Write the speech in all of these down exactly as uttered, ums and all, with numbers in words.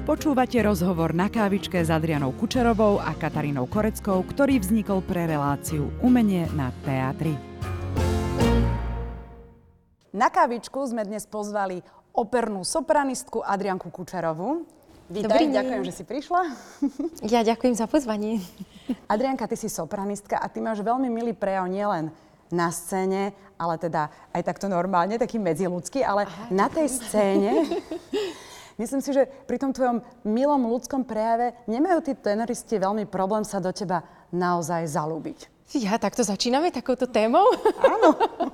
Počúvate rozhovor na kávičke s Adrianou Kučerovou a Katarínou Koreckou, ktorý vznikol pre reláciu Umenie na teatri. Na kávičku sme dnes pozvali opernú sopranistku Adrianku Kučerovú. Vítaj, ďakujem, že si prišla. Ja ďakujem za pozvanie. Adrianka, ty si sopranistka a ty máš veľmi milý prejav nielen na scéne, ale teda aj takto normálne, taký medziľudský, ale Aha. na tej scéne... Myslím si, že pri tom tvojom milom ľudskom prejave nemajú tí tenoristi veľmi problém sa do teba naozaj zalúbiť. Ja, takto začíname takouto témou? Áno.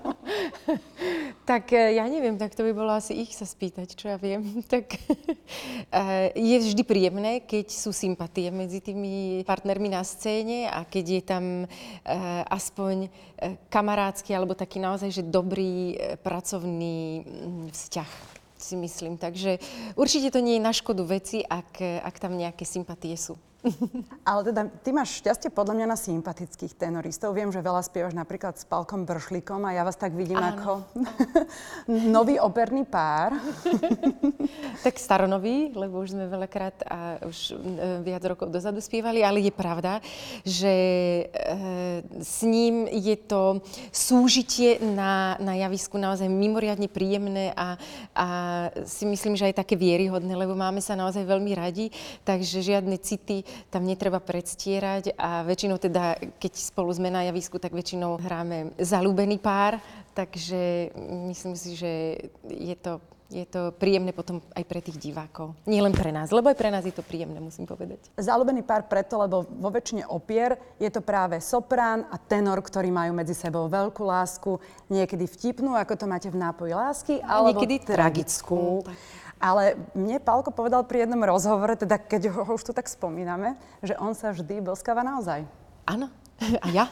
Tak ja neviem, tak to by bolo asi ich sa spýtať, čo ja viem. Tak je vždy príjemné, keď sú sympatie medzi tými partnermi na scéne a keď je tam aspoň kamarádsky alebo taký naozaj že dobrý pracovný vzťah, si myslím. Takže určite to nie je na škodu veci, ak, ak tam nejaké sympatie sú. Ale teda, ty máš šťastie podľa mňa na sympatických tenoristov. Viem, že veľa spievaš napríklad s Pálkom Bršlíkom a ja vás tak vidím Áno. ako nový operný pár. Tak staronový, lebo už sme veľakrát a už viac rokov dozadu spievali, ale je pravda, že e, s ním je to súžitie na, na javisku naozaj mimoriadne príjemné a, a si myslím, že aj také vieryhodné, lebo máme sa naozaj veľmi radi, takže žiadne city tam netreba predstierať a väčšinou teda, keď spolu sme na javisku, tak väčšinou hráme zaľúbený pár, takže myslím si, že je to, je to príjemné potom aj pre tých divákov. Nie len pre nás, lebo aj pre nás je to príjemné, musím povedať. Zaľúbený pár preto, lebo vo väčšine opier je to práve soprán a tenor, ktorí majú medzi sebou veľkú lásku, niekedy vtipnú, ako to máte v Nápoji lásky, alebo niekedy tragickú. tragickú. Ale mne Pálko povedal pri jednom rozhovore, teda keď ho už tu tak spomíname, že on sa vždy boskáva naozaj. Áno. A ja?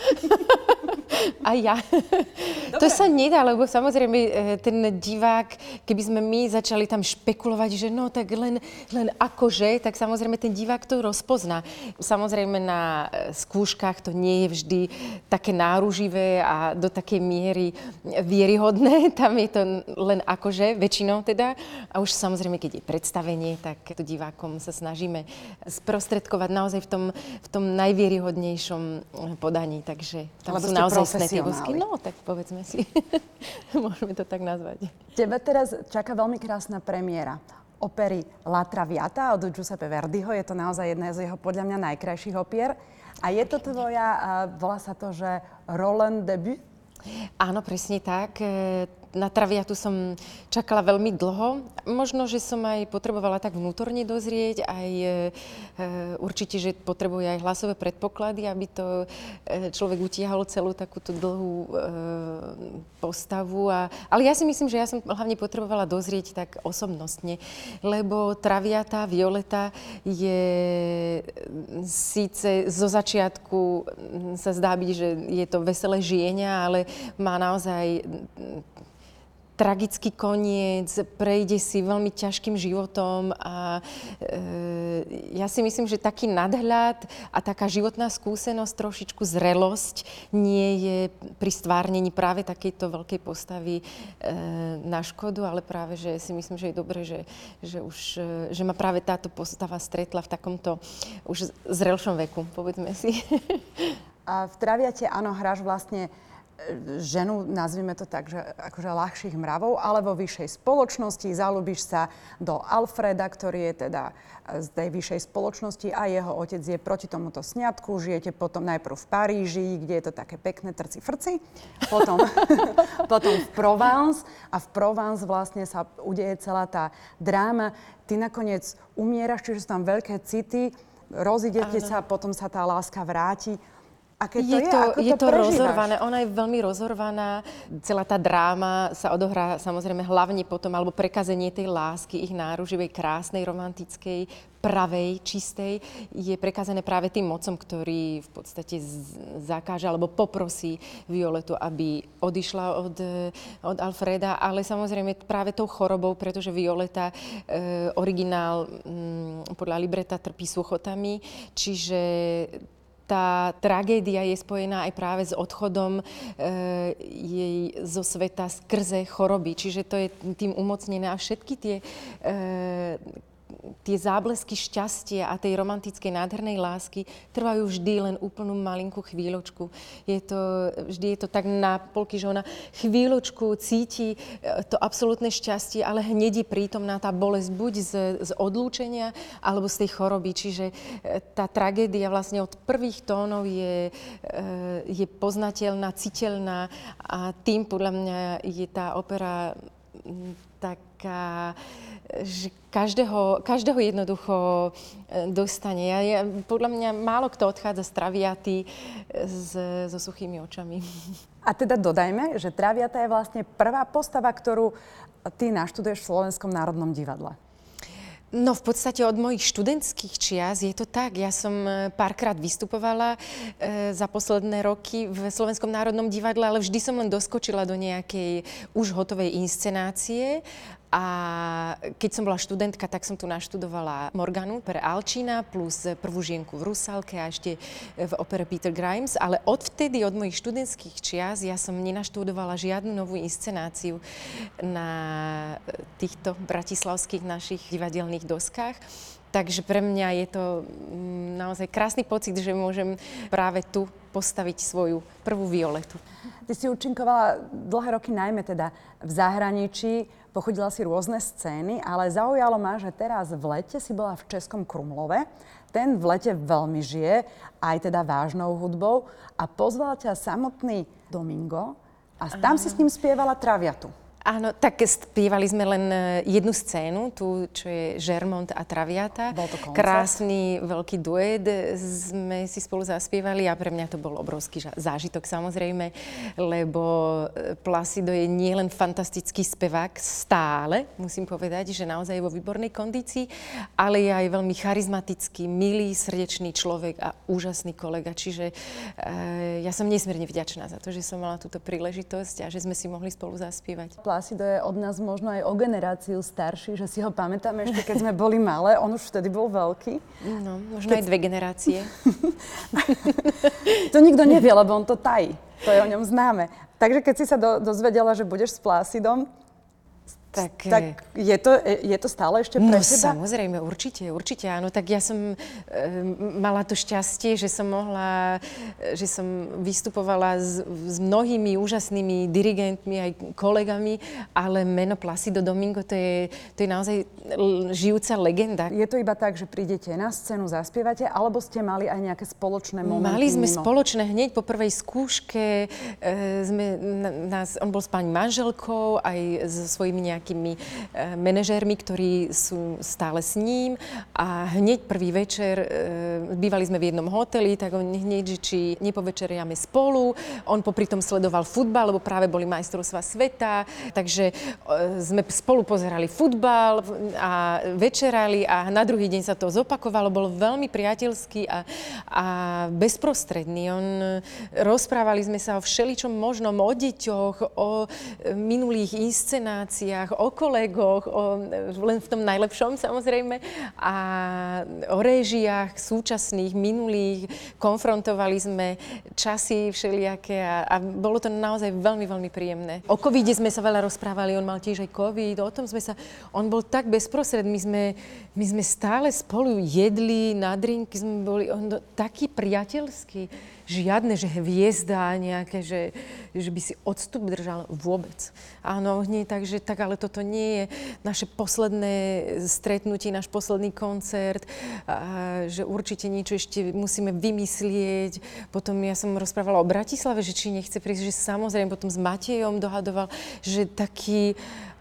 A ja. Dobre. To sa nedá, lebo samozrejme ten divák, keby sme my začali tam špekulovať, že no tak len, len akože, tak samozrejme ten divák to rozpozná. Samozrejme na skúškach to nie je vždy také náruživé a do takej miery vieryhodné. Tam je to len akože, väčšinou teda. A už samozrejme, keď je predstavenie, tak to divákom sa snažíme sprostredkovať naozaj v tom, v tom najvieryhodnejšom podaní. Takže tam Lebo sú naozaj tie bosky. No, tak povedzme si. Môžeme to tak nazvať. Teba teraz čaká veľmi krásna premiéra opery La Traviata od Giuseppe Verdiho. Je to naozaj jedna z jeho podľa mňa najkrajších opier. A je to tvoja, volá sa to, že Roland debut? Áno, presne tak. Na Traviatu som čakala veľmi dlho. Možno, že som aj potrebovala tak vnútorne dozrieť, aj e, určite, že potrebuje aj hlasové predpoklady, aby to e, človek utiahol celú takúto dlhú e, postavu. A, ale ja si myslím, že ja som hlavne potrebovala dozrieť tak osobnostne, lebo Traviata, Violeta je síce zo začiatku sa zdá byť, že je to veselé žienia, ale má naozaj tragický koniec, prejde si veľmi ťažkým životom a e, ja si myslím, že taký nadhľad a taká životná skúsenosť, trošičku zrelosť nie je pri stvárnení práve takejto veľkej postavy e, na škodu, ale práve, že si myslím, že je dobré, že, že už, že ma práve táto postava stretla v takomto už zrelšom veku, povedzme si. A v Traviate, áno, hráš vlastne ženu, nazvime to tak, že akože ľahších mravov, ale vo vyššej spoločnosti, zalúbiš sa do Alfreda, ktorý je teda z tej vyššej spoločnosti a jeho otec je proti tomuto sňatku. Žijete potom najprv v Paríži, kde je to také pekné trci-frci, potom, potom v Provence a v Provence vlastne sa udeje celá tá dráma. Ty nakoniec umieraš, čiže sú tam veľké city, rozidete sa, potom sa tá láska vráti. Aké to je, je to, ako je to, to rozorvané, ona je veľmi rozorvaná. Celá tá dráma sa odohrá samozrejme hlavne potom, alebo prekazenie tej lásky, ich náruživej, krásnej, romantickej, pravej, čistej, je prekazané práve tým mocom, ktorý v podstate zakáže alebo poprosí Violetu, aby odišla od, od Alfreda, ale samozrejme práve tou chorobou, pretože Violeta, e, originál m, podľa libreta trpí suchotami, čiže tá tragédia je spojená aj práve s odchodom e, jej zo sveta skrze choroby. Čiže to je tým umocnené a všetky tie e, tie záblesky šťastia a tej romantickej nádhernej lásky trvajú vždy len úplnú malinkú chvíľočku. Je to, vždy je to tak na polky, že ona chvíľočku cíti to absolútne šťastie, ale hneď je prítomná tá bolesť buď z, z odlúčenia, alebo z tej choroby. Čiže tá tragédia vlastne od prvých tónov je, je poznateľná, citeľná a tým podľa mňa je tá opera taká, že každého, každého jednoducho dostane. Ja, ja, podľa mňa málo kto odchádza z Traviaty s, so suchými očami. A teda dodajme, že Traviata je vlastne prvá postava, ktorú ty naštuduješ v Slovenskom národnom divadle. No v podstate od mojich študentských čias je to tak. Ja som párkrát vystupovala e, za posledné roky v Slovenskom národnom divadle, ale vždy som len doskočila do nejakej už hotovej inscenácie. A keď som bola študentka, tak som tu naštudovala Morganu pre Alčína plus Prvú žienku v Rusálke a ešte v opere Peter Grimes. Ale odvtedy, od mojich študentských čias, ja som nenaštudovala žiadnu novú inscenáciu na týchto bratislavských našich divadelných doskách. Takže pre mňa je to naozaj krásny pocit, že môžem práve tu postaviť svoju prvú Violetu. Ty si účinkovala dlhé roky najmä teda v zahraničí, pochodila si rôzne scény, ale zaujalo ma, že teraz v lete si bola v Českom Krumlove. Ten v lete veľmi žije, aj teda vážnou hudbou a pozval ťa samotný Domingo a tam si s ním spievala Traviatu. Áno, tak spievali sme len jednu scénu, tu, čo je Žermont a Traviata. Bol to koncert. Krásny veľký duet sme si spolu zaspievali a pre mňa to bol obrovský zážitok samozrejme, lebo Placido je nielen fantastický spevák stále, musím povedať, že naozaj je vo výbornej kondícii, ale je aj veľmi charizmatický, milý, srdečný človek a úžasný kolega. Čiže e, ja som nesmierne vďačná za to, že som mala túto príležitosť a že sme si mohli spolu zaspievať. Placido je od nás možno aj o generáciu starší, že si ho pamätáme ešte, keď sme boli malé. On už vtedy bol veľký. No, možno keď... aj dve generácie. To nikto nevie, lebo on to tají. To je o ňom známe. Takže keď si sa do, dozvedela, že budeš s Placidom, tak, tak je, to, je to stále ešte pre no, teba? No samozrejme, určite, určite áno. Tak ja som e, mala to šťastie, že som mohla, že som vystupovala s, s mnohými úžasnými dirigentmi, aj kolegami, ale meno Placido Domingo, to je, to je naozaj žijúca legenda. Je to iba tak, že prídete na scénu, zaspievate, alebo ste mali aj nejaké spoločné momenty? Mali sme mimo? spoločné hneď po prvej skúške. E, sme, nás, on bol s pani manželkou, aj so svojimi nejakými nejakými manažérmi, ktorí sú stále s ním a hneď prvý večer, bývali sme v jednom hoteli, tak on hneď, či nepovečeriame spolu. On popri tom sledoval futbal, lebo práve boli majstrovstvá sveta, takže sme spolu pozerali futbal a večerali a na druhý deň sa to zopakovalo. Bol veľmi priateľský a, a bezprostredný. On, rozprávali sme sa o všeličom možnom, o deťoch, o minulých inscenáciách, o kolegoch, o, len v tom najlepšom samozrejme, a o réžiách súčasných, minulých. Konfrontovali sme časy všelijaké a, a bolo to naozaj veľmi, veľmi príjemné. O covide sme sa veľa rozprávali, on mal tiež aj covid, o tom sme sa, on bol tak bezprostredný, my sme, my sme stále spolu jedli, na drinky sme boli, on taký priateľský. Žiadne, že hviezda nejaké, že, že by si odstup držal vôbec. Áno, nie, takže tak, ale toto nie je naše posledné stretnutie, náš posledný koncert, a, že určite niečo ešte musíme vymyslieť. Potom ja som rozprávala o Bratislave, že či nechce prísť, že samozrejme potom s Matejom dohadoval, že taký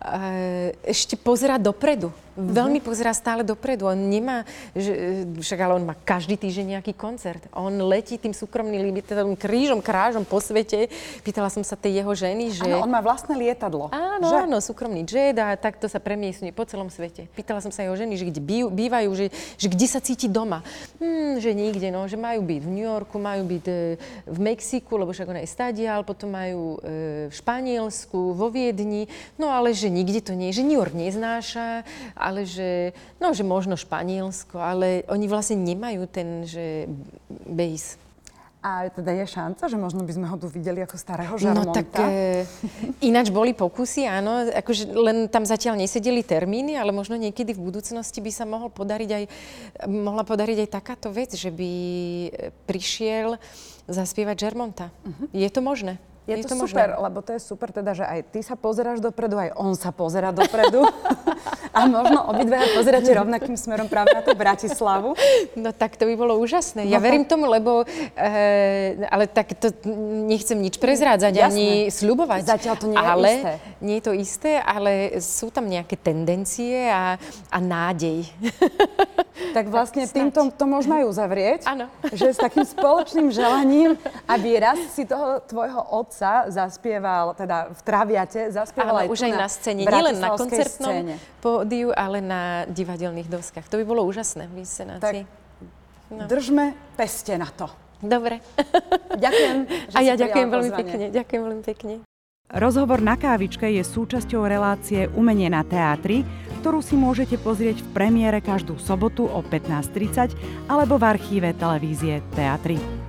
ešte pozerá dopredu. Mm-hmm. Veľmi pozerá stále dopredu. On nemá, že, však ale on má každý týždeň nejaký koncert. On letí tým súkromným lietadlom krížom, krážom po svete. Pýtala som sa tej jeho ženy, že... Áno, on má vlastné lietadlo. Áno, že... áno, súkromný jet a takto sa premiesňuje po celom svete. Pýtala som sa jeho ženy, že kde bývajú, že, že kde sa cíti doma. Hm, že nikde, no, že majú byť v New Yorku, majú byť e, v Mexiku, lebo však ona je stadial, potom majú e, v Španielsku, vo Viedni, no ale že nikde to nie, že New York neznáša, ale že, no, že možno Španielsko, ale oni vlastne nemajú ten, že base. A teda je šanca, že možno by sme ho tu videli ako starého No Žarmonta? tak e, ináč boli pokusy, áno. Akože len tam zatiaľ nesedeli termíny, ale možno niekedy v budúcnosti by sa mohol podariť aj, mohla podariť aj takáto vec, že by prišiel zaspievať Žarmonta. Uh-huh. Je to možné? Je, je to, to super, možné? lebo to je super teda, že aj ty sa pozeráš dopredu, aj on sa pozerá dopredu. A možno obidvaja pozeráte rovnakým smerom práve na tú Bratislavu. No tak to by bolo úžasné. Ja No, verím tak... tomu, lebo... E, ale tak to nechcem nič prezrádzať, Jasné. ani sľubovať. Zatiaľ to nie je ale, isté. Nie je to isté, ale sú tam nejaké tendencie a, a nádej. Tak vlastne tak týmto to možno aj uzavrieť. Áno. Že s takým spoločným želaním, aby raz si toho tvojho otca zaspieval, teda v Traviate, zaspieval Áno, aj už tu aj na, na scéne. Nielen na koncertnom scéne. pódiu, ale na divadelných doskách. To by bolo úžasné v inscenácii. Tak no. Držme peste na to. Dobre. Ďakujem, že A ja si ďakujem prijala veľmi pozvanie. pekne. Ďakujem veľmi pekne. Rozhovor na kávičke je súčasťou relácie Umenie na teátri, ktorú si môžete pozrieť v premiére každú sobotu o pätnásť tridsať alebo v archíve televízie Teatry.